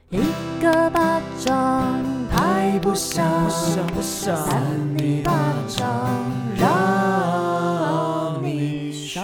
一个巴掌拍不响，扇你巴掌让你爽。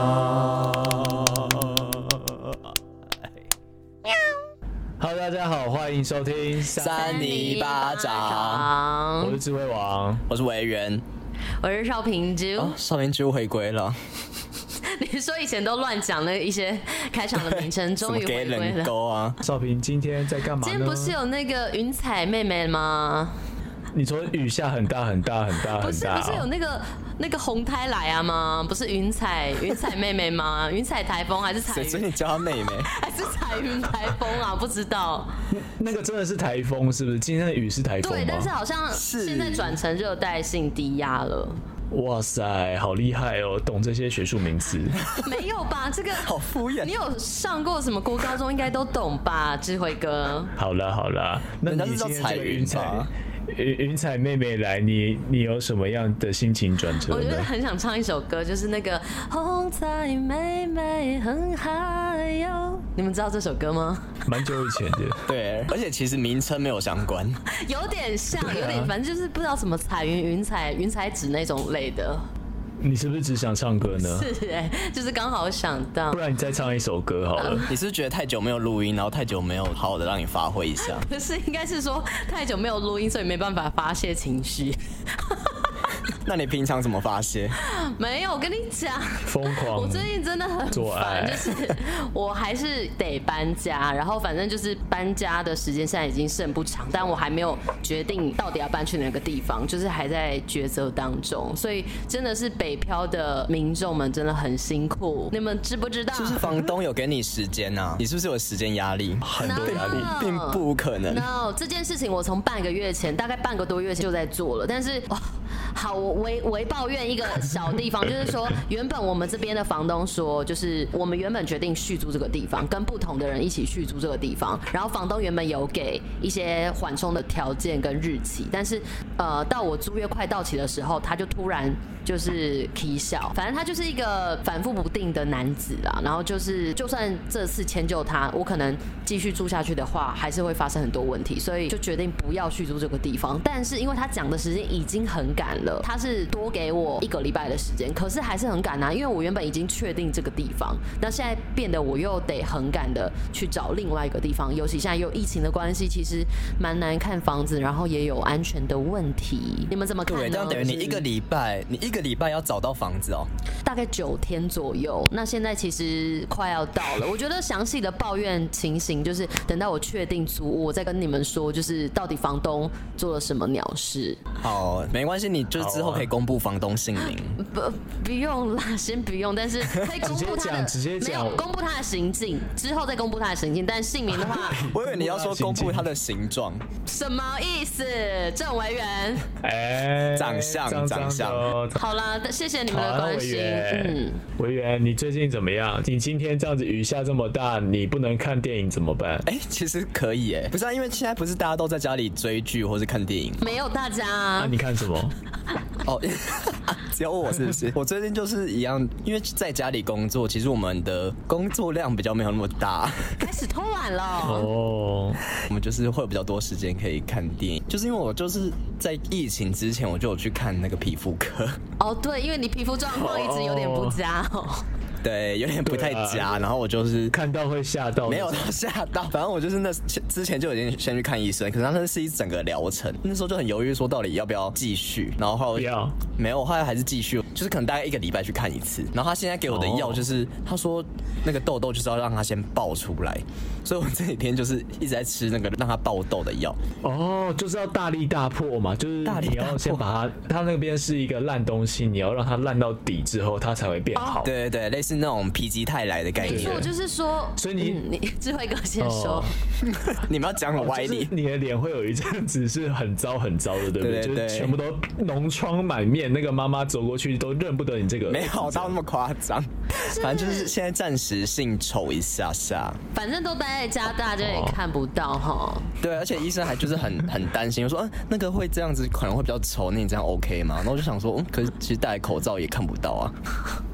Hello， 大家好，欢迎收听扇你巴掌， 我是智慧王， 我是维园， 我是邵平珠。 邵平珠回归了。 你说以前都乱讲了一些开场的名称，终于回归了。 给人勾啊！ 邵平今天在干嘛呢？ 今天不是有那个云彩妹妹吗？ 你说雨下很大很大很大很大、 不是有那个红胎来啊吗？不是云彩妹妹吗？云彩台风还是彩云？ 所以你叫她妹妹？ 还是彩云台风啊？不知道。 那个真的是台风是不是？今天的雨是台风吗？ 对，但是好像现在转成热带性低压了。 哇塞，好厉害哦，懂这些学术名词。 没有吧？这个好敷衍。 你有上过什么国高中应该都懂吧，智慧哥。 好啦，那你今天这个云彩妹妹来，你有什么样的心情转折呢？ 我觉得很想唱一首歌，就是那个红彩妹妹很嗨哟。你们知道这首歌吗？ 蛮久以前的。 对，而且其实名称没有相关， 有点像，有点，反正就是不知道什么彩云、云彩纸那种类的。 你是不是只想唱歌呢？ 是就是刚好想到。 不然你再唱一首歌好了。 你是不是觉得太久没有录音，然后太久没有好好的让你发挥一下？ 不是，应该是说太久没有录音，所以没办法发泄情绪。 那你平常怎么发泄？ 没有，我跟你讲， 疯狂。 我最近真的很烦，就是我还是得搬家，然后反正就是搬家的时间现在已经剩不长，但我还没有决定到底要搬去哪个地方，就是还在抉择当中，所以真的是北漂的民众们真的很辛苦，你们知不知道？ 就是房东有给你时间啊，你是不是有时间压力？ 很多压力， 并不可能。 No， 这件事情我从半个月前，大概半个多月前就在做了，但是好，我微抱怨一个小地方，就是说，原本我们这边的房东说，就是我们原本决定续租这个地方，跟不同的人一起续租这个地方，然后房东原本有给一些缓冲的条件跟日期，但是到我租约快到期的时候，他就突然就是起笑，反正他就是一个反复不定的男子啦，然后就是就算这次迁就他，我可能继续住下去的话，还是会发生很多问题，所以就决定不要续租这个地方。但是因为他讲的时间已经很赶了，他是多给我1个礼拜的时间，可是还是很赶啊，因为我原本已经确定这个地方，那现在变得我又得很赶的去找另外一个地方，尤其现在又疫情的关系，其实蛮难看房子，然后也有安全的问题。你们怎么看呢？ 对，这样等于你一个礼拜要找到房子哦， 大概9天左右。那现在其实快要到了，我觉得详细的抱怨情形就是等到我确定租屋，我再跟你们说，就是到底房东做了什么鸟事。 好，没关系，你就是之后可以公布房东姓名。 不用啦，先不用，但是可以公布他的， 直接讲， 没有公布他的行径，之后再公布他的行径，但姓名的话， 我以为你要说公布他的形状， 什么意思？郑维园， 长相， 好啦，谢谢你们的关心。 维园，你最近怎么样？你今天这样子雨下这么大，你不能看电影怎么办？ 其实可以不是因为现在不是大家都在家里追剧或是看电影吗？ 没有大家啊， 你看什么？ 只要问我是不是？我最近就是一样，因为在家里工作，其实我们的工作量比较没有那么大， 开始偷懒了。 我们就是会有比较多时间可以看电影，就是因为我就是在疫情之前我就有去看那个皮肤科。 对，因为你皮肤状况一直有点不佳对，有点不太佳，然后我就是看到会吓到， 没有到吓到，反正我就是那之前就已经先去看医生，可是他那是一整个疗程，那时候就很犹豫说到底要不要继续，然后后来没有，后来还是继续，就是可能大概1个礼拜去看一次，然后他现在给我的药就是他说那个痘痘就是要让它先爆出来，所以我这几天就是一直在吃那个让它爆痘的药。 就是要大力大破嘛，就是你要先把它那边是一个烂东西，你要让它烂到底之后，它才会变好。 对，类似那种否极泰来的概念。 没错，就是说， 所以你智慧哥先说， 你们要讲很歪理， 就是你的脸会有一阵子是很糟的，对不对？就是全部都脓疮满面，那个妈妈走过去都认不得你这个。 没有到那么夸张，反正就是现在暂时性丑一下下， 反正都待在家，大家也看不到哈。 对，而且医生还就是很担心，说那个会这样子可能会比较丑，那你这样 OK 吗？然后我就想说，可是其实戴口罩也看不到啊。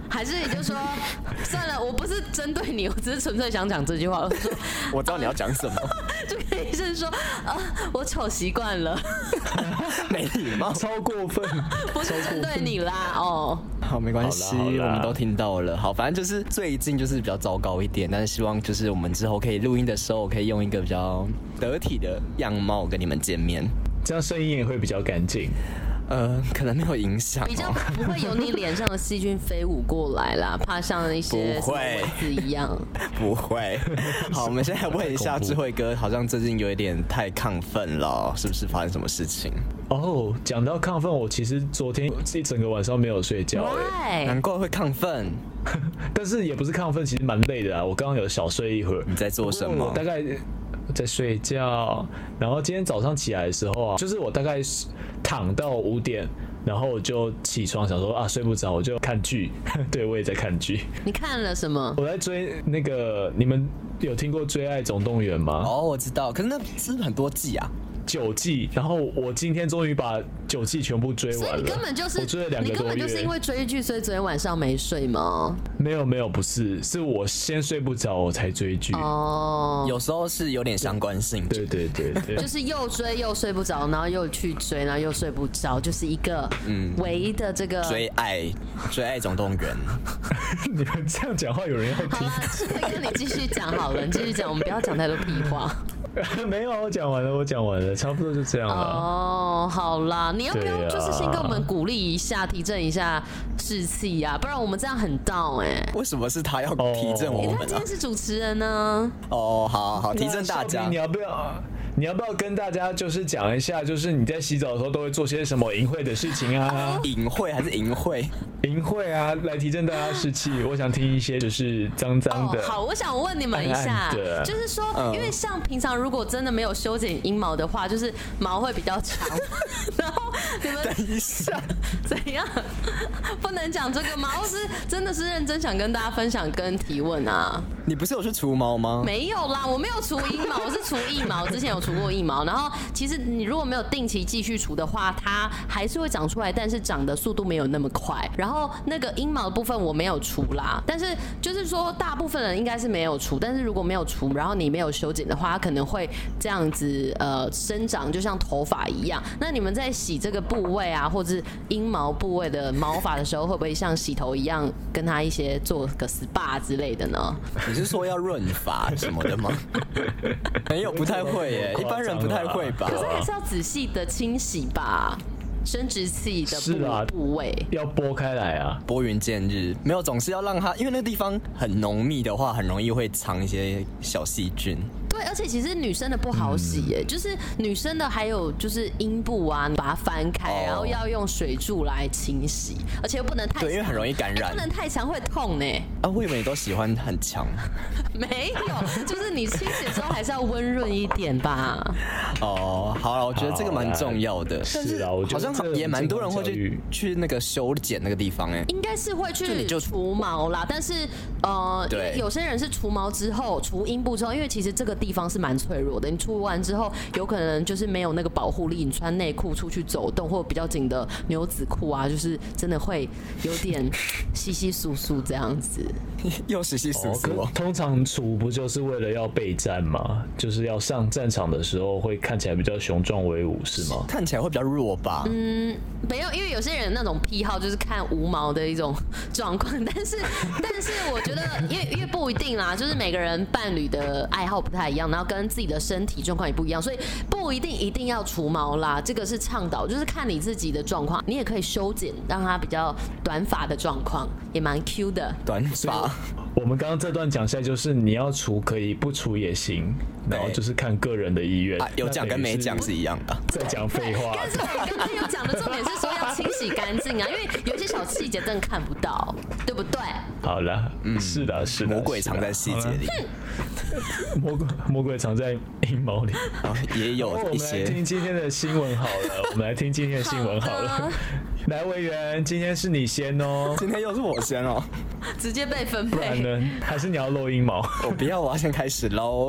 还是你就说算了，我不是针对你，我只是纯粹想讲这句话。我说我知道你要讲什么， 就跟医生说我丑习惯了， 没礼貌， 超过分， 不是针对你啦哦。 好，没关系，我们都听到了。好，反正就是最近就是比较糟糕一点，但是希望就是我们之后可以录音的时候，可以用一个比较得体的样貌跟你们见面， 这样声音也会比较干净。 可能没有影响， 比较不会有你脸上的细菌飞舞过来啦，怕像一些什么蚊子一样。 不会。好，我们现在问一下智慧哥，好像最近有一点太亢奋了，是不是发生什么事情？ 哦，讲到亢奋，我其实昨天一整个晚上没有睡觉， 难怪会亢奋。 但是也不是亢奋，其实蛮累的啊。我刚刚有小睡一会儿。 你在做什么？ 我大概在睡觉，然后今天早上起来的时候啊，就是我大概躺到5点，然后我就起床想说睡不着，我就看剧。对，我也在看剧。 你看了什么？ 我在追那个，你们有听过《追爱总动员》吗？ 哦，我知道，可是那是不是很多季啊 ？9季，然后我今天终于把9季全部追完了。 所以你根本就是我追了2个多月。 你根本就是因为追剧，所以昨天晚上没睡吗？ 没有，不是，是我先睡不着，我才追剧。 哦， 有时候是有点相关性。 对， 就是又追又睡不着，然后又去追，然后又睡不着，就是一个唯一的这个追爱总动员。 你们这样讲话，有人要听？ 好了，是可以跟你继续讲好了，你继续讲，我们不要讲太多屁话。 没有，我讲完了，差不多就这样了。 哦，好啦，你要不要就是先跟我们鼓励一下，提振一下士气啊？不然我们这样很down 为什么是他要提振我们他今天是主持人呢。 哦，好，提振大家。 你要不要跟大家就是讲一下，就是你在洗澡的时候都会做些什么淫秽的事情啊？ 淫秽还是淫秽？ 淫秽啊，来提振大家士气。我想听一些就是脏脏的。 好，我想问你们一下，就是说，因为像平常如果真的没有修剪阴毛的话，就是毛会比较长。然后你们等一下， 怎样？不能讲这个吗？或是真的是认真想跟大家分享跟提问啊？ 你不是有去除毛吗？ 没有啦，我没有除阴毛，我是除腋毛。之前有除过腋毛，然后其实你如果没有定期继续除的话，它还是会长出来，但是长的速度没有那么快。然后那个阴毛的部分我没有除啦，但是就是说大部分人应该是没有除，但是如果没有除，然后你没有修剪的话，它可能会这样子生长，就像头发一样。那你们在洗这个部位啊，或者是阴毛部位的毛发的时候，会不会像洗头一样，跟它一些做个 SPA 之类的呢？ 你是说要润发什么的吗？没有，不太会耶，一般人不太会吧？ 可是还是要仔细的清洗吧。生殖器的部位要拨开来啊， 拨云见日。没有，总是要让它，因为那个地方很浓密的话，很容易会藏一些小细菌。 对，而且其实女生的不好洗耶，就是女生的还有就是阴部啊，你把它翻开，然后要用水柱来清洗，而且又不能太强， 对，因为很容易感染， 不能太强会痛呢。 啊，我以为你都喜欢很强， 没有，就是你清洗的时候还是要温润一点吧。 哦，好了，我觉得这个蛮重要的， 是啊，我觉得好像也蛮多人会去那个修剪那个地方哎， 应该是会去除毛啦，但是因为有些人是除毛之后除阴部之后，因为其实这个地方是蛮脆弱的，你除完之后有可能就是没有那个保护力，你穿内裤出去走动或比较紧的牛仔裤啊，就是真的会有点稀稀疏疏这样子。 又稀稀疏疏。 通常除不就是为了要备战吗？就是要上战场的时候会看起来比较雄壮威武，是吗？ 看起来会比较弱吧？ 没有，因为有些人那种癖好就是看无毛的一种状况，但是我觉得因为不一定啦，就是每个人伴侣的爱好不太一样，然后跟自己的身体状况也不一样，所以不一定要除毛啦。这个是倡导，就是看你自己的状况，你也可以修剪，让它比较短发的状况，也蛮 Q 的。 短发。 我们刚刚这段讲下来，就是你要除可以，不除也行，然后就是看个人的意愿。 有讲跟没讲是一样的。 在讲废话。 但是我刚刚有讲的重点是说要清洗干净啊，因为有些小细节真的看不到，对不对？ 好了，是的， 魔鬼藏在细节里， 魔鬼藏在阴毛里， 也有一些。 我们来听今天的新闻好了，我们来听今天的新闻好了。来，委员，今天是你先哦。 今天又是我先哦， 直接被分配。 不然呢？还是你要露阴毛？ 我不要，我要先开始喽。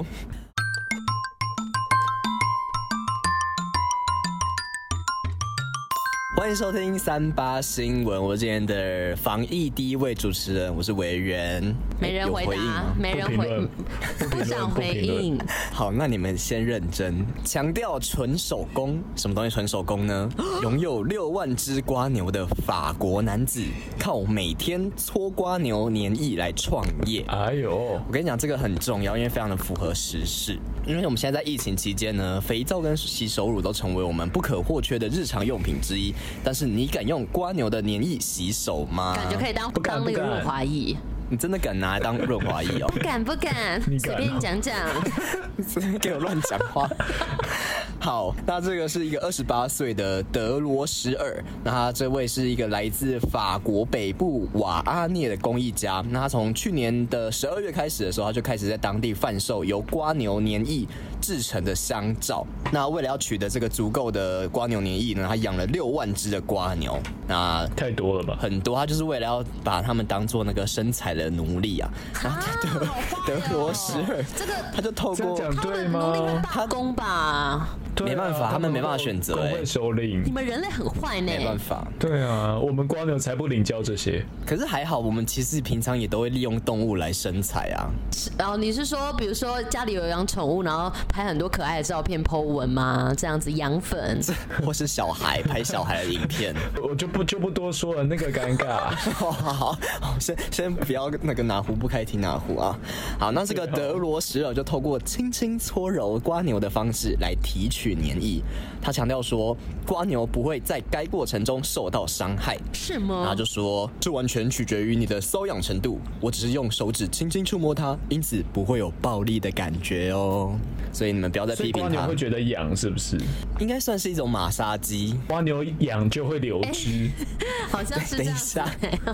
欢迎收听38新闻，我是今天的防疫第一位主持人，我是维园。 没人回答，没人回，不想回应。 好，那你们先认真，强调纯手工。什么东西纯手工呢？拥有6万只瓜牛的法国男子，靠每天搓瓜牛黏液来创业。 哎呦， 我跟你讲，这个很重要，因为非常的符合时事。因为我们现在在疫情期间呢，肥皂跟洗手乳都成为我们不可或缺的日常用品之一。但是你敢用瓜牛的黏液洗手吗？ 感觉可以当那个润滑液。 你真的敢拿来当润滑液哦？ 不敢，随便讲讲。 给我乱讲话。好，那这个是一个28岁的德罗什尔，那他这位是一个来自法国北部瓦阿涅的工艺家。那他从去年的12月开始的时候，他就开始在当地贩售由瓜牛黏液制成的香皂。那为了要取得这个足够的瓜牛黏液呢，他养了6万只的瓜牛。那太多了吧？ 很多，他就是为了要把他们当做那个生财的奴隶啊。然后德罗什尔， 这个他就透过讲对吗？ 罢工吧。 没办法，他们没办法选择。 工会首领， 你们人类很坏呢。 没办法。 对啊，我们瓜牛才不领教这些。 可是还好，我们其实平常也都会利用动物来生财啊。 然后你是说，比如说家里有养宠物，然后拍很多可爱的照片 po 文吗？这样子养粉， 或是小孩拍小孩的影片， 我就不多说了，那个尴尬。 好，先不要那个哪壶不开提哪壶啊。好，那这个德罗什尔就透过轻轻搓揉瓜牛的方式来提取黏液。他强调说，瓜牛不会在该过程中受到伤害。 是吗？ 他就说，这完全取决于你的瘙痒程度。我只是用手指轻轻触摸它，因此不会有暴力的感觉哦。所以你们不要再批评它。 瓜牛会觉得痒是不是？ 应该算是一种马杀鸡。 瓜牛痒就会流汁， 好像是这样。等一下。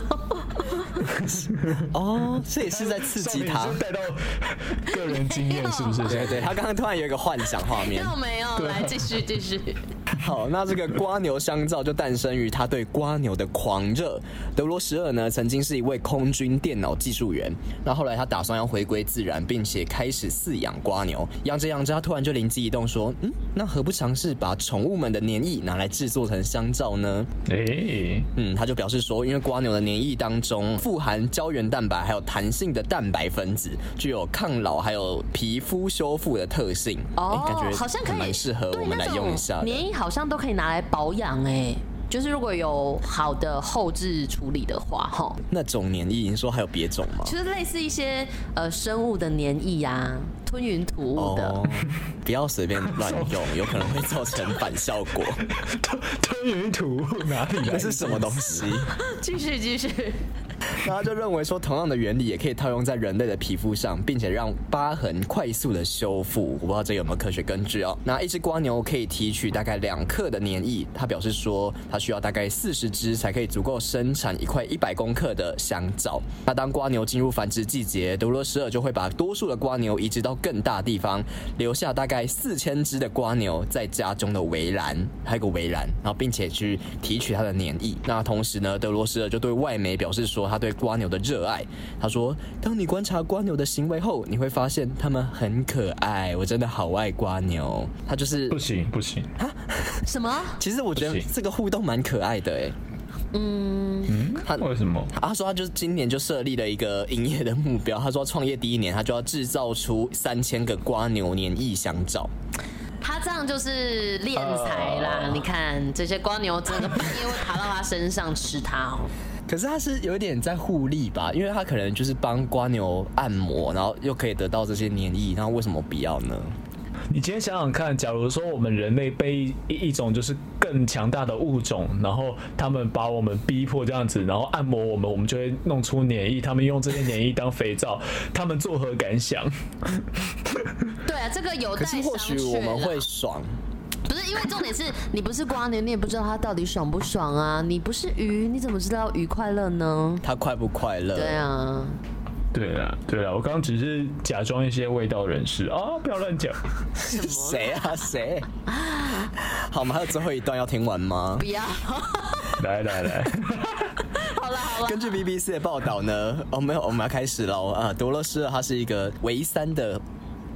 哦，这也是在刺激他。 带到个人经验是不是？ 对，他刚刚突然有一个幻想画面。 没有，来继续。 好，那这个瓜牛香皂就诞生于他对瓜牛的狂热。德罗什尔呢，曾经是一位空军电脑技术员，那后来他打算要回归自然，并且开始饲养瓜牛。养着，他突然就灵机一动说，那何不尝试把宠物们的黏液拿来制作成香皂呢？他就表示说，因为瓜牛的黏液当中富含胶原蛋白还有弹性的蛋白分子，具有抗老还有皮肤修复的特性。感觉好像可以蛮适合我们来用一下的。 黏液好像都可以拿来保养就是如果有好的后置处理的话， 那种黏液，你说还有别种吗？ 就是类似一些生物的黏液啊，吞云吐雾的。 不要随便乱用，有可能会造成反效果。 吞云吐雾哪里来？ 那是什么东西？ 继续。 那他就认为说，同样的原理也可以套用在人类的皮肤上，并且让疤痕快速的修复。我不知道这有没有科学根据哦。那一只瓜牛可以提取大概2克的黏液，他表示说，他需要大概40只才可以足够生产一块100公克的香皂。那当瓜牛进入繁殖季节，德罗什尔就会把多数的瓜牛移植到更大地方，留下大概4000只的瓜牛在家中的围栏，还有个围栏，然后并且去提取它的黏液。那同时呢，德罗什尔就对外媒表示说，他对瓜牛的热爱。他说，当你观察瓜牛的行为后，你会发现它们很可爱。我真的好爱瓜牛。他就是不行啊？ 什么？ 其实我觉得这个互动蛮可爱的他为什么？ 他说他就是今年就设立了一个营业的目标。他说创业第1年，他就要制造出3000个瓜牛黏液香皂。 他这样就是敛财啦！你看这些瓜牛，整个半夜会爬到他身上吃它可是他是有点在互利吧，因为他可能就是帮瓜牛按摩，然后又可以得到这些黏液，然后为什么不要呢？ 你今天想想看，假如说我们人类被一种就是更强大的物种，然后他们把我们逼迫这样子，然后按摩我们，我们就会弄出黏液，他们用这些黏液当肥皂，他们作何感想？ 对啊，这个有待商榷啦。可是或许我们会爽。 不是，因为重点是你不是瓜牛，你也不知道它到底爽不爽啊！你不是鱼，你怎么知道鱼快乐呢？ 它快不快乐？ 对啊。 对啦，我刚刚只是假装一些卫道人士啊，不要乱讲。 谁啊？谁？好，我们还有最后一段要听完吗？ 不要。 来。 好了。 根据 BBC 的报道呢，没有，我们要开始了。德罗什尔他是一个唯3的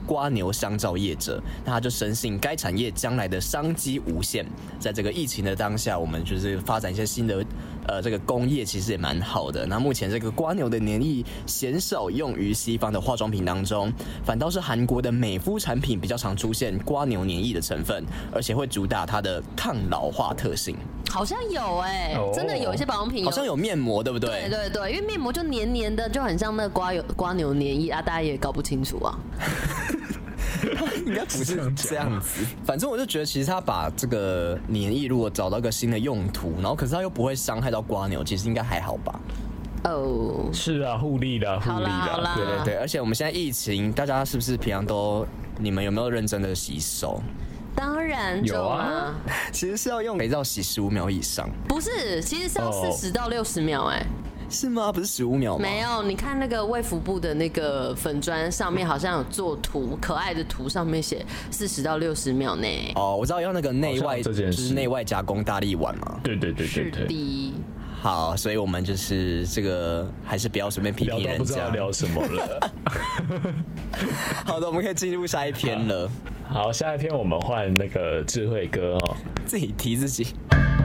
瓜牛香皂业者，那他就深信该产业将来的商机无限。在这个疫情的当下，我们就是发展一些新的这个工业，其实也蛮好的。那目前这个瓜牛的黏液鲜少用于西方的化妆品当中，反倒是韩国的美肤产品比较常出现瓜牛黏液的成分，而且会主打它的抗老化特性。 好像有真的有一些保养品好像有面膜，对不对？ 对对对，因为面膜就黏黏的，就很像那个瓜牛黏液啊，大家也搞不清楚啊。 应该不是这样子，反正我就觉得，其实他把这个黏液如果找到一个新的用途，然后可是他又不会伤害到瓜牛，其实应该还好吧？ 哦， 是啊，互利的，互利的， 对对对。而且我们现在疫情，大家是不是平常你们有没有认真的洗手？ 当然有啊， 其实是要用肥皂洗15秒以上， 不是，其实是要40到60秒， 是吗？不是15秒吗？ 没有，你看那个卫福部的那个粉专上面好像有做图，可爱的图上面写40到60秒内。 哦，我知道用那个内外，就是内外夹攻大力丸嘛。 对对对对对。 是的。 好，所以我们就是这个还是不要随便批评人家。 不知道聊什么了。 好的，我们可以进入下一篇了。 好，下一篇我们换那个智慧哥哦， 自己提自己。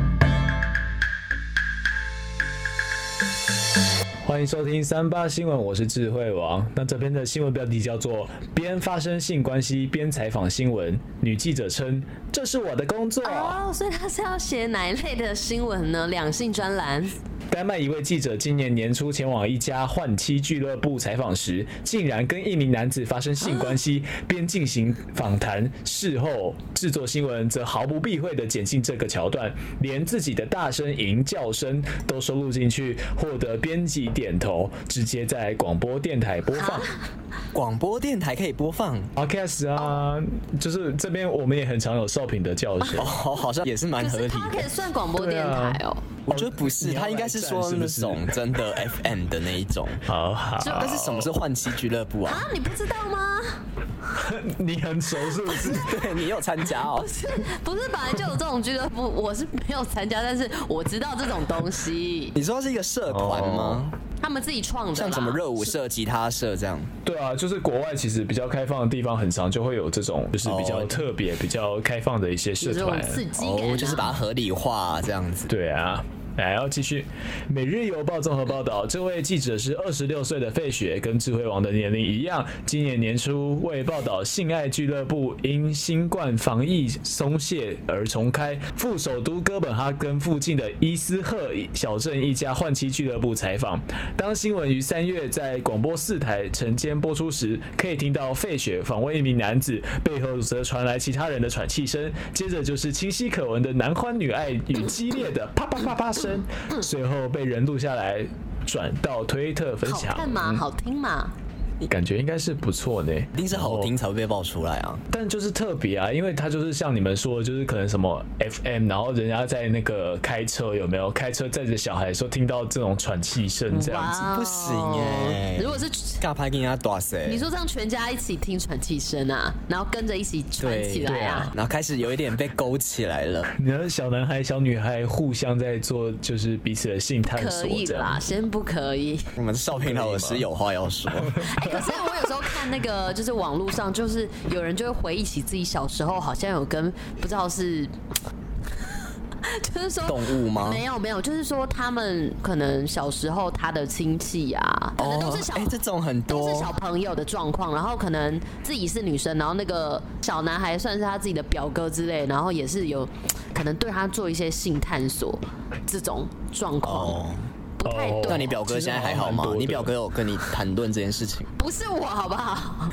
欢迎收听38新闻，我是智慧王。那这篇的新闻标题叫做“边发生性关系边采访新闻”，女记者称这是我的工作。 哦，所以他是要写哪一类的新闻呢？两性专栏。 丹麦一位记者今年年初前往一家换妻俱乐部采访时，竟然跟一名男子发生性关系，边进行访谈。事后制作新闻则毫不避讳地剪进这个桥段，连自己的大声吟叫声都收录进去，获得编辑点头，直接在广播电台播放。 广播电台可以播放 Podcast 啊，就是这边我们也很常有少平的叫声。 哦，好像也是蛮合理的。 它可以算广播电台哦。 我觉得不是，他应该是说那种真的 FM 的那一种。 好好。 但是什么是换妻俱乐部啊？ 啊，你不知道吗？ 你很熟是不是？ 对，你有参加哦。 不是，本来就有这种俱乐部，我是没有参加，但是我知道这种东西。 你说它是一个社团吗？ 他们自己创的， 像什么热舞社、吉他社这样。 对啊，就是国外其实比较开放的地方，很常就会有这种就是比较特别、比较开放的一些社团， 刺激感， 就是把它合理化这样子。 对啊。来，要继续。每日邮报综合报道，这位记者是26岁的费雪，跟智慧王的年龄一样。今年年初为报道性爱俱乐部因新冠防疫松懈而重开，赴首都哥本哈根附近的伊斯赫小镇一家换妻俱乐部采访。当新闻于3月在广播4台晨间播出时，可以听到费雪访问一名男子，背后则传来其他人的喘气声，接着就是清晰可闻的男欢女爱与激烈的啪啪啪啪声。随后被人录下来，转到推特分享。 好看吗？好听吗？ 感觉应该是不错呢， 一定是好听才会被爆出来啊。 但就是特别啊，因为它就是像你们说的，就是可能什么 FM， 然后人家在那个开车有没有开车载着小孩的时候听到这种喘气声这样子， 不行哎。 如果是尬拍跟人家打谁？ 你说这样全家一起听喘气声啊，然后跟着一起喘起来啊， 然后开始有一点被勾起来了。 你的小男孩、小女孩互相在做就是彼此的性探索， 可以啦，先不可以。 我们少平老师有话要说。 可是我有时候看那个，就是网络上，就是有人就会回忆起自己小时候，好像有跟不知道是，就是说动物吗？ 没有，就是说他们可能小时候他的亲戚啊，可能都是这种很多都是小朋友的状况，然后可能自己是女生，然后那个小男孩算是他自己的表哥之类，然后也是有可能对他做一些性探索这种状况。不太对。 那你表哥现在还好吗？你表哥有跟你谈论这件事情？ 不是我，好不好？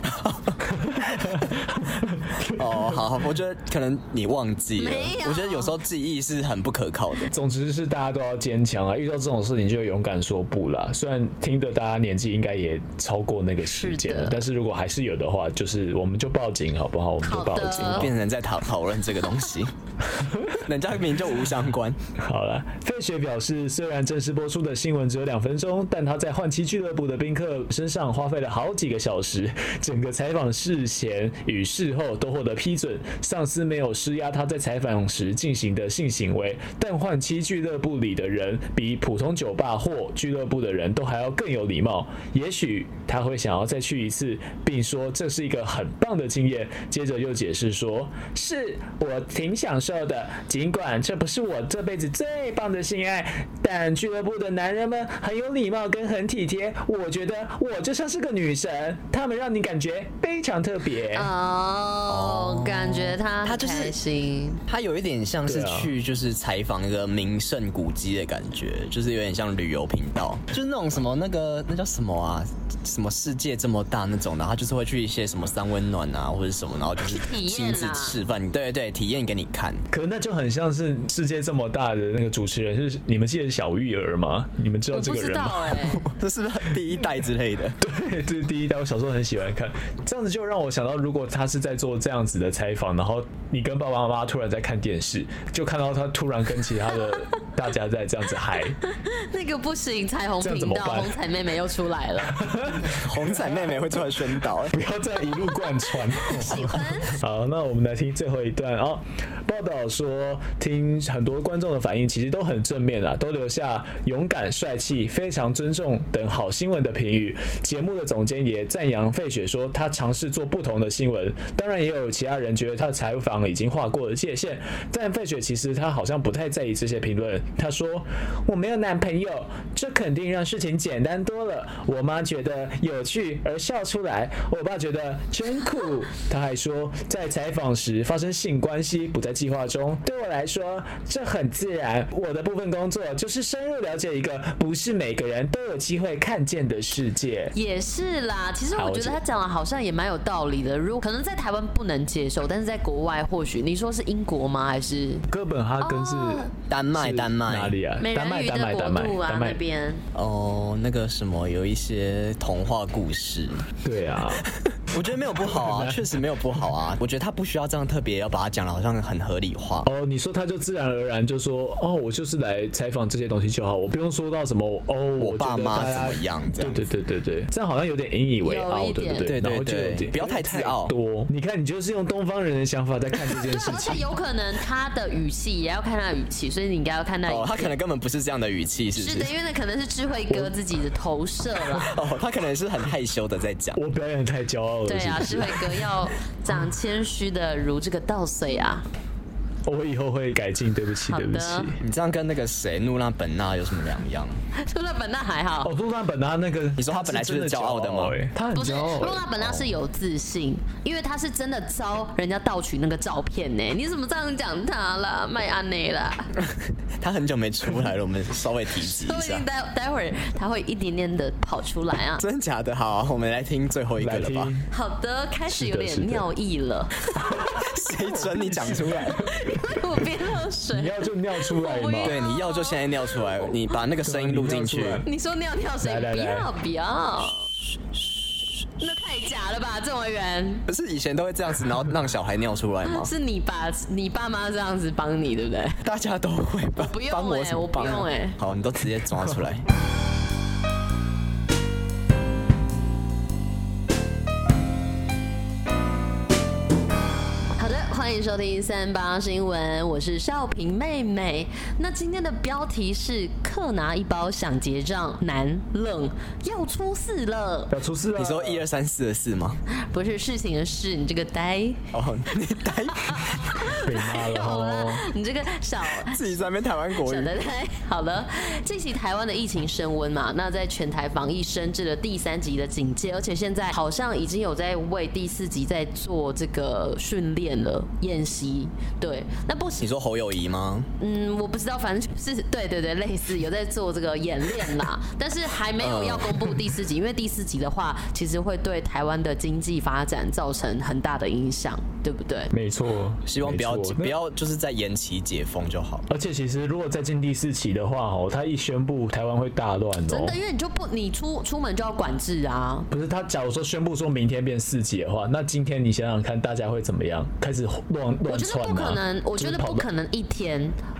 好，我觉得可能你忘记了。我觉得有时候记忆是很不可靠的。 总之是大家都要坚强啊！遇到这种事情就勇敢说不啦。虽然听的大家年纪应该也超过那个时间了，但是如果还是有的话，就是我们就报警好不好？我们就报警， 变成在讨论这个东西，人家明就无相关。 好了，费雪表示，虽然正式播出的新闻只有2分钟，但他在换妻俱乐部的宾客身上花费了好几个小时，整个采访事前与事后都获得批准，上司没有施压他在采访时进行的性行为，但换妻俱乐部里的人比普通酒吧或俱乐部的人都还要更有礼貌，也许他会想要再去一次，并说这是一个很棒的经验。接着又解释说，是我挺享受的，尽管这不是我这辈子最棒的性爱，但俱乐部的男人们很有礼貌跟很体贴，我觉得我就像是个女神，他们让你感觉非常特别。 感觉他就是开心， 他有一点像是去就是采访一个名胜古迹的感觉，就是有点像旅游频道，就是那种什么那叫什么啊，什么世界这么大那种的，他就是会去一些什么三温暖啊或者什么，然后就是亲自示范，对对，体验给你看。 可那就很像是世界这么大的那个主持人，就是你们记得小玉儿吗？你们知道这个人吗？ 我不知道这是不是第一代之类的？ 对，这是第一代，我小时候很喜欢看。这样子就让我想到，如果他是在做这样子的采访，然后你跟爸爸妈妈突然在看电视，就看到他突然跟其他的大家在这样子嗨， 那个不行，彩虹频道，红彩妹妹又出来了， 红彩妹妹会出来宣导， 不要再一路贯穿。 喜欢。 好，那我们来听最后一段哦。报道说，听很多观众的反应其实都很正面啊，都留下勇敢、帅气、非常尊重等好新闻的评语。节目的总监也赞扬费雪说，他尝试做不同的新闻。当然，也有其他人觉得他的采访已经划过了界限，但费雪其实他好像不太在意这些评论。他说：“我没有男朋友，这肯定让事情简单多了。我妈觉得有趣而笑出来，我爸觉得真酷。”他还说，在采访时发生性关系不在计划中，对我来说这很自然。我的部分工作就是深入了解一个不是每个人都有机会看见的世界。 也是啦，其实我觉得他讲的好像也蛮有道理的。如果可能在台湾不能接受，但是在国外或许你说是英国吗？还是哥本哈根是丹麦哪里啊？ 美人鱼的国度啊那边。 那个什么有一些童话故事。 对啊。 我觉得没有不好啊，确实没有不好啊。我觉得他不需要这样特别要把它讲的好像很合理化。 你说他就自然而然就说，我就是来采访这些东西就好，我不用说到什么我爸妈怎么样这样。 对，这样好像有点引以为傲，对不对？然后就有点不要太自傲。 多，你看你就是用东方人的想法在看这件事情。 而且有可能他的语气也要看他的语气，所以你应该要看他。 他可能根本不是这样的语气，是不是？ 是的，因为那可能是智慧哥自己的投射了。 他可能是很害羞的在讲。 我表演太骄傲了。 对啊，智慧哥要长谦虚的如这个稻穗啊。 我以后会改进，对不起。 你这样跟那个谁露娜本娜有什么两样？ 露娜本娜还好。 露娜本娜那个， 你说她本来就是骄傲的吗？ 她很骄傲。 露娜本娜是有自信，因为她是真的遭人家盗取那个照片呢。你怎么这样讲她啦？麦安内啦。 她很久没出来了，我们稍微提及一下。 待会儿她会一点点的跑出来啊。 真假的？好，我们来听最后一个了吧。 好的，开始有点尿意了。 谁准你讲出来？ 我憋热水。 你要就尿出来嘛。 对，你要就现在尿出来，你把那个声音录进去。 你说尿谁？不要。那太假了吧，郑维元。 不是以前都会这样子，然后让小孩尿出来吗？ 是你爸妈这样子帮你，对不对？ 大家都会吧。 我不用我不用好，你都直接抓出来。 欢迎收听38新闻，我是少平妹妹。那今天的标题是客拿一包想结账难冷，要出事了。 要出事了？ 你说1、2、3、4的4吗？ 不是事情的事，你这个呆。 你呆。 被骂了哦。 你这个小自己在那边台湾国语。 小呆呆。好了，这期台湾的疫情升温嘛，那在全台防疫升至了第3级的警戒，而且现在好像已经有在为第4级在做这个训练了。演习，对，那不行。 你说侯友宜吗？ 我不知道，反正就是对，类似有在做这个演练啦，但是还没有要公布第4级，因为第4级的话，其实会对台湾的经济发展造成很大的影响，对不对？ 没错， 希望不要就是在延期解封就好。 而且其实如果再进第4期的话，他一宣布台湾会大乱哦。 真的，因为你出门就要管制啊。 不是他，假如说宣布说明天变4级的话，那今天你想想看，大家会怎么样？开始乱窜啊。 我觉得不可能一天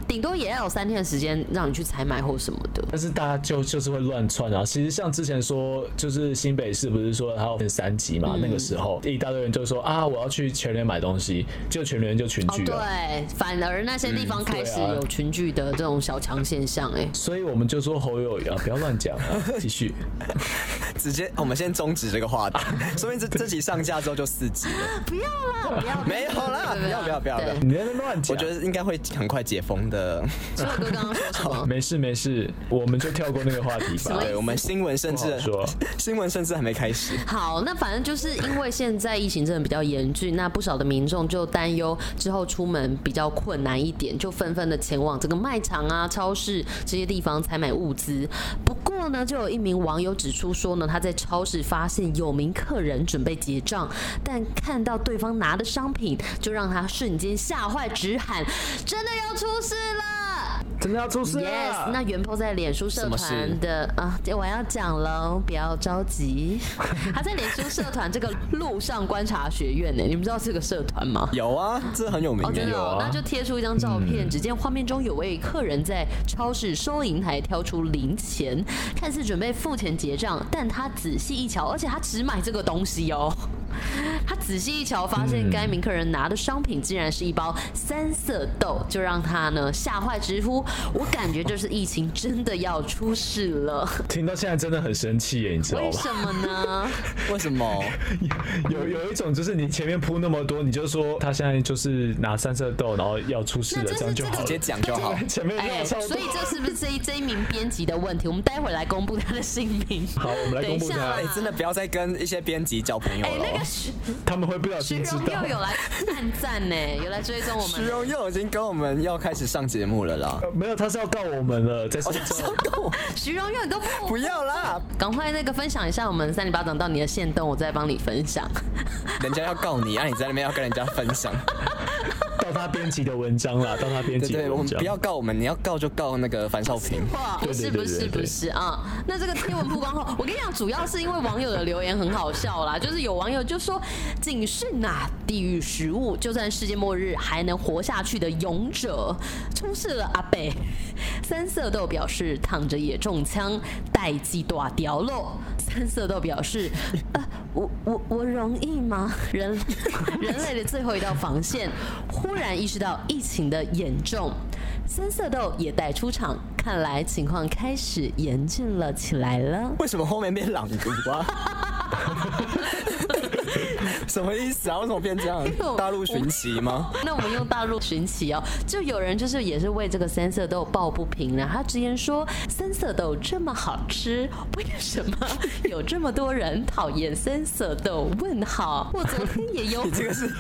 顶多也要有3天的时间让你去采买或什么的。 但是大家就是会乱窜啊。其实像之前说，就是新北市不是说它有分3级嘛？那个时候一大堆人就说啊，我要去全联买东西，就全联就群聚了。 对，反而那些地方开始有群聚的这种小强现象所以我们就说侯友宜啊，不要乱讲啊，继续。 直接我们先终止这个话题，说明这集上架之后就4集了。 不要啦，不要， 没有啦，不要， 你在那乱讲。 我觉得应该会很快解封的。 志伟哥刚刚说什么？ 没事，我们就跳过那个话题吧。 对，我们新闻甚至还没开始。 好，那反正就是因为现在疫情真的比较严峻，那不少的民众就担忧之后出门比较困难一点，就纷纷的前往这个卖场啊、超市这些地方采买物资。不过呢，就有一名网友指出说呢，他在超市发现有名客人准备结账，但看到对方拿的商品，就让他瞬间吓坏，直喊：“真的要出事了！” 真的要出事了 ！Yes， 那原 po 在脸书社团的我要讲喽，不要着急。他在脸书社团这个路上观察学院你们知道这个社团吗？ 有啊，这很有名的。 有啊，那就贴出一张照片，只见画面中有位客人在超市收银台挑出零钱，看似准备付钱结账，但他仔细一瞧，而且他只买这个东西哦。他仔细一瞧，发现该名客人拿的商品竟然是一包3色豆，就让他呢吓坏，直呼：“我感觉这是疫情真的要出事了。” 听到现在真的很生气耶，你知道吗？ 为什么呢？ 为什么？ 有一种就是你前面铺那么多，你就说他现在就是拿3色豆，然后要出事了，这样就好， 直接讲就好。 前面所以这是不是这一名编辑的问题？我们待会来公布他的姓名。 好，我们来公布他。 真的不要再跟一些编辑交朋友了。 他们会不小心知道。 徐荣佑有来按赞呢，有来追踪我们。 徐荣佑已经跟我们要开始上节目了啦。 没有，他是要告我们了，在说告。 徐荣佑，你都不要啦， 赶快分享一下我们3里巴掌到你的限动，我再帮你分享。 人家要告你，你在那边要跟人家分享。 到他编辑的文章啦，到他编辑的文章。 对，我们不要告我们，你要告就告那个樊少平。 不是啊！那这个贴文曝光后，我跟你讲，主要是因为网友的留言很好笑啦，就是有网友就说：“警讯啊，地狱食物，就算世界末日还能活下去的勇者，出事了阿伯。”3色豆表示躺着也中枪，代际大掉喽。3色豆表示：“我容易吗？人类的最后一道防线。”忽然意识到疫情的严重，3色豆也带出场，看来情况开始严峻了起来了。 为什么后面变朗读啊？什么意思啊？为什么变这样？大陆寻奇吗？ 那我们用大陆寻奇哦，就有人就是也是为这个3色豆抱不平了。他直言说：“3色豆这么好吃，为什么有这么多人讨厌3色豆？”问号，我昨天也有。 你这个是？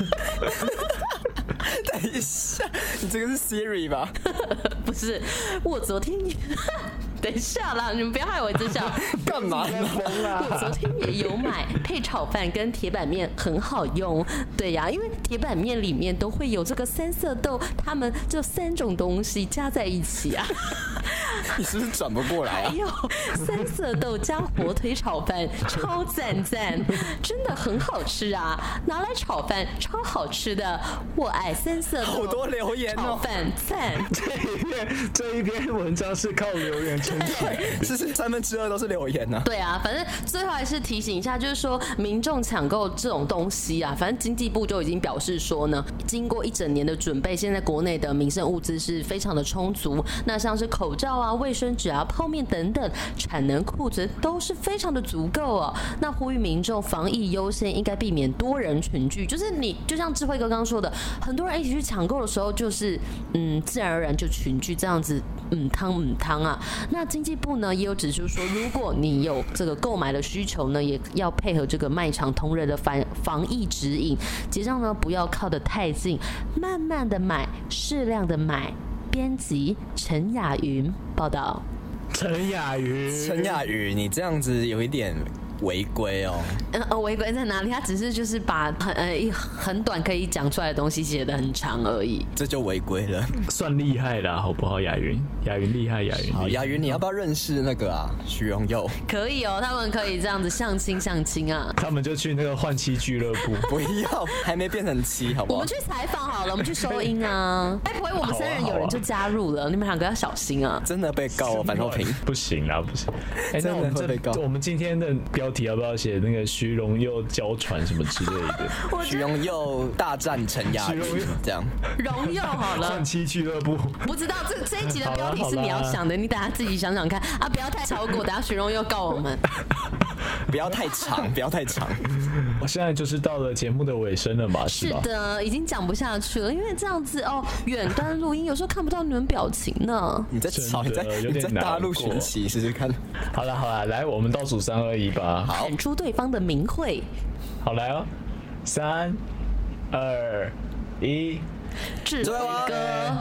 等一下，你这个是 Siri 吧？ 不是，我昨天也。等一下啦，你们不要害我一直笑。 干嘛呢？ 我昨天也有买，配炒饭跟铁板面很好用。对呀，因为铁板面里面都会有这个3色豆，它们就3种东西加在一起啊。 你是不是转不过来啊？ 还有3色豆加火腿炒饭，超赞，真的很好吃啊！拿来炒饭超好吃的，我爱3色豆。 好多留言哦， 炒饭赞。 这一篇文章是靠留言。 是2/3都是留言啊。 对啊，反正最后还是提醒一下，就是说民众抢购这种东西啊，反正经济部就已经表示说呢，经过1整年的准备，现在国内的民生物资是非常的充足。那像是口罩啊、卫生纸啊、泡面等等，产能库存都是非常的足够哦。那呼吁民众防疫优先，应该避免多人群聚。就是你就像智慧哥刚刚说的，很多人一起去抢购的时候，就是自然而然就群聚这样子，汤啊。那经济部呢也有指出说，如果你有这个购买的需求呢，也要配合这个卖场同仁的防疫指引，结账呢不要靠得太近，慢慢的买，适量的买。编辑陈雅云报道。 陈雅云， 你这样子有一点违规哦。 违规在哪里？他只是就是把很短可以讲出来的东西写得很长而已， 这就违规了。 算厉害啦，好不好？雅云厉害，雅云。 好，雅云，你要不要认识那个啊？许荣佑？ 可以哦，他们可以这样子相亲啊。 他们就去那个换妻俱乐部。 不要，还没变成妻，好不好？ 我们去采访好了，我们去收音啊。该不会我们3人有人就加入了？你们2个要小心啊！ 真的被告哦，樊少平。 不行啦，不行。那我们今天的标题要不要写那个徐荣佑娇传什么之类的？ 徐荣佑大战陈雅云，这样。 荣佑好了。 换妻俱乐部。 不知道这一集的标题是你要想的，你等下自己想想看啊，不要太超过，等下徐荣佑告我们。 不要太长，不要太长。 我现在就是到了节目的尾声了嘛，是吧？ 是的，已经讲不下去了，因为这样子哦，远端录音有时候看不到你们表情呢。 你在吵，你在大陆寻奇试试看。 好了，来，我们倒数3、2、1吧。 好，喊出对方的名讳。 好，来哦，3、2、1， 智慧哥。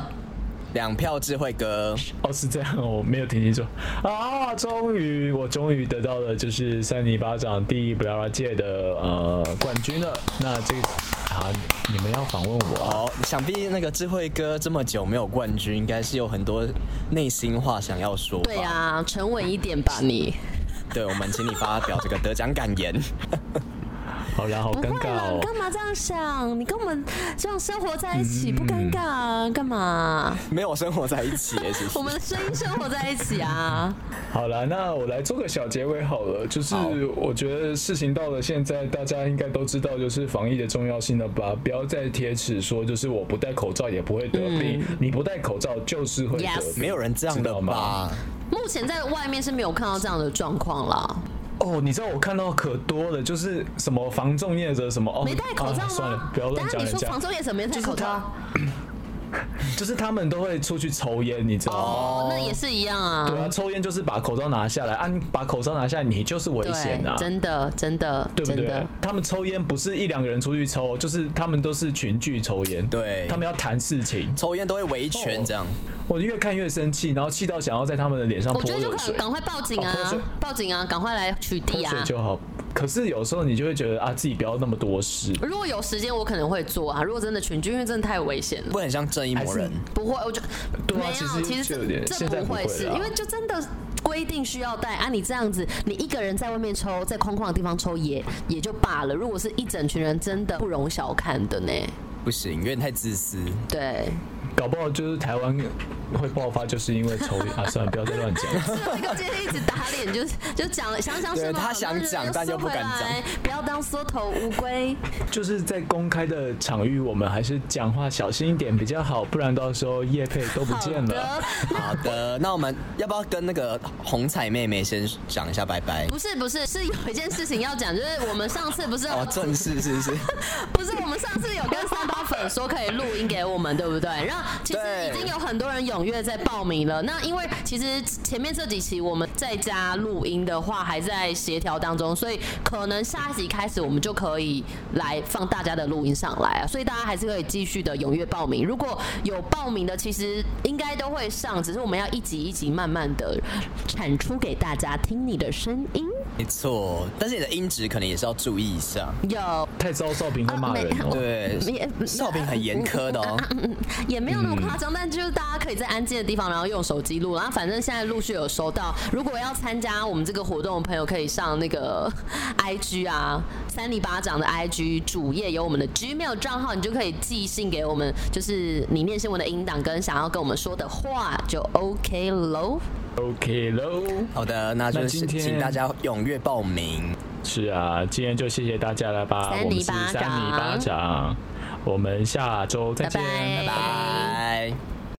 2票智慧哥。 哦，是这样，我没有听清楚啊！我终于得到了就是3尼巴掌第1布拉拉界的冠军了。那这个你们要访问我哦，想必那个智慧哥这么久没有冠军，应该是有很多内心话想要说。 对啊，沉稳一点吧你。 对，我们请你发表这个得奖感言。 好啦，好尴尬哦！ 你干嘛这样想？你跟我们这样生活在一起不尴尬啊？干嘛？ 没有生活在一起耶， 我们的声音生活在一起啊！ 好啦，那我来做个小结尾好了。就是我觉得事情到了现在，大家应该都知道，就是防疫的重要性了吧？不要再贴齿说，就是我不戴口罩也不会得病，你不戴口罩就是会得病。 没有人这样的吧？ 目前在外面是没有看到这样的状况啦。 哦，你知道我看到可多了，就是什么房仲业者什么没戴口罩吗？ 算了，不要乱讲人家。 你说房仲业者没戴口罩？ 就是他们都会出去抽烟，你知道吗？ 哦，那也是一样啊。 对啊，抽烟就是把口罩拿下来啊，你把口罩拿下来，你就是危险啊！ 真的， 对不对？他们抽烟不是1、2个人出去抽，就是他们都是群聚抽烟。 对， 他们要谈事情， 抽烟都会维权这样。 我越看越生气，然后气到想要在他们的脸上泼热水。 我觉得就赶快报警啊！报警啊！赶快来取缔啊！ 泼水就好。可是有时候你就会觉得啊，自己不要那么多事。 如果有时间，我可能会做啊。如果真的群聚，因为真的太危险了， 会很像正义魔人。 不会，我就对啊， 其实这不会是，因为就真的规定需要戴啊。你这样子，你一个人在外面抽，在空旷的地方抽也就罢了。如果是一整群人，真的不容小看的呢。 不行，有点太自私。 对。 搞不好就是台湾会爆发，就是因为抽烟啊！算了，不要再乱讲。 那个今天一直打脸，就讲了，想什么？ 对，他想讲，但又不敢讲。 不要当缩头乌龟。 就是在公开的场域，我们还是讲话小心一点比较好，不然到时候业配都不见了。 好的，那我们要不要跟那个红彩妹妹先讲一下拜拜？ 不是，是有一件事情要讲，就是我们上次不是正式是？ 不是，我们上次有跟38粉说可以录音给我们，对不对？然后其实已经有很多人踊跃在报名了。那因为其实前面这几期我们在家录音的话还在协调当中，所以可能下一集开始我们就可以来放大家的录音上来啊。所以大家还是可以继续的踊跃报名。如果有报名的，其实应该都会上，只是我们要一集一集慢慢的产出给大家听你的声音。 没错，但是你的音质可能也是要注意一下。 有太糟，少平会骂人哦。 对，少平很严苛的哦。 也没有那么夸张，但就是大家可以在安静的地方，然后用手机录。然后反正现在陆续有收到，如果要参加我们这个活动的朋友，可以上那个 IG 啊，3尼巴掌的 IG 主页有我们的 Gmail 账号，你就可以寄信给我们，就是你念新闻的音档跟想要跟我们说的话，就 OK 喽。 OK 喽， 好的，那就是请大家踊跃报名。 是啊，今天就谢谢大家了吧。 3尼巴掌， 我们是3尼巴掌，我们下周再见， 拜拜。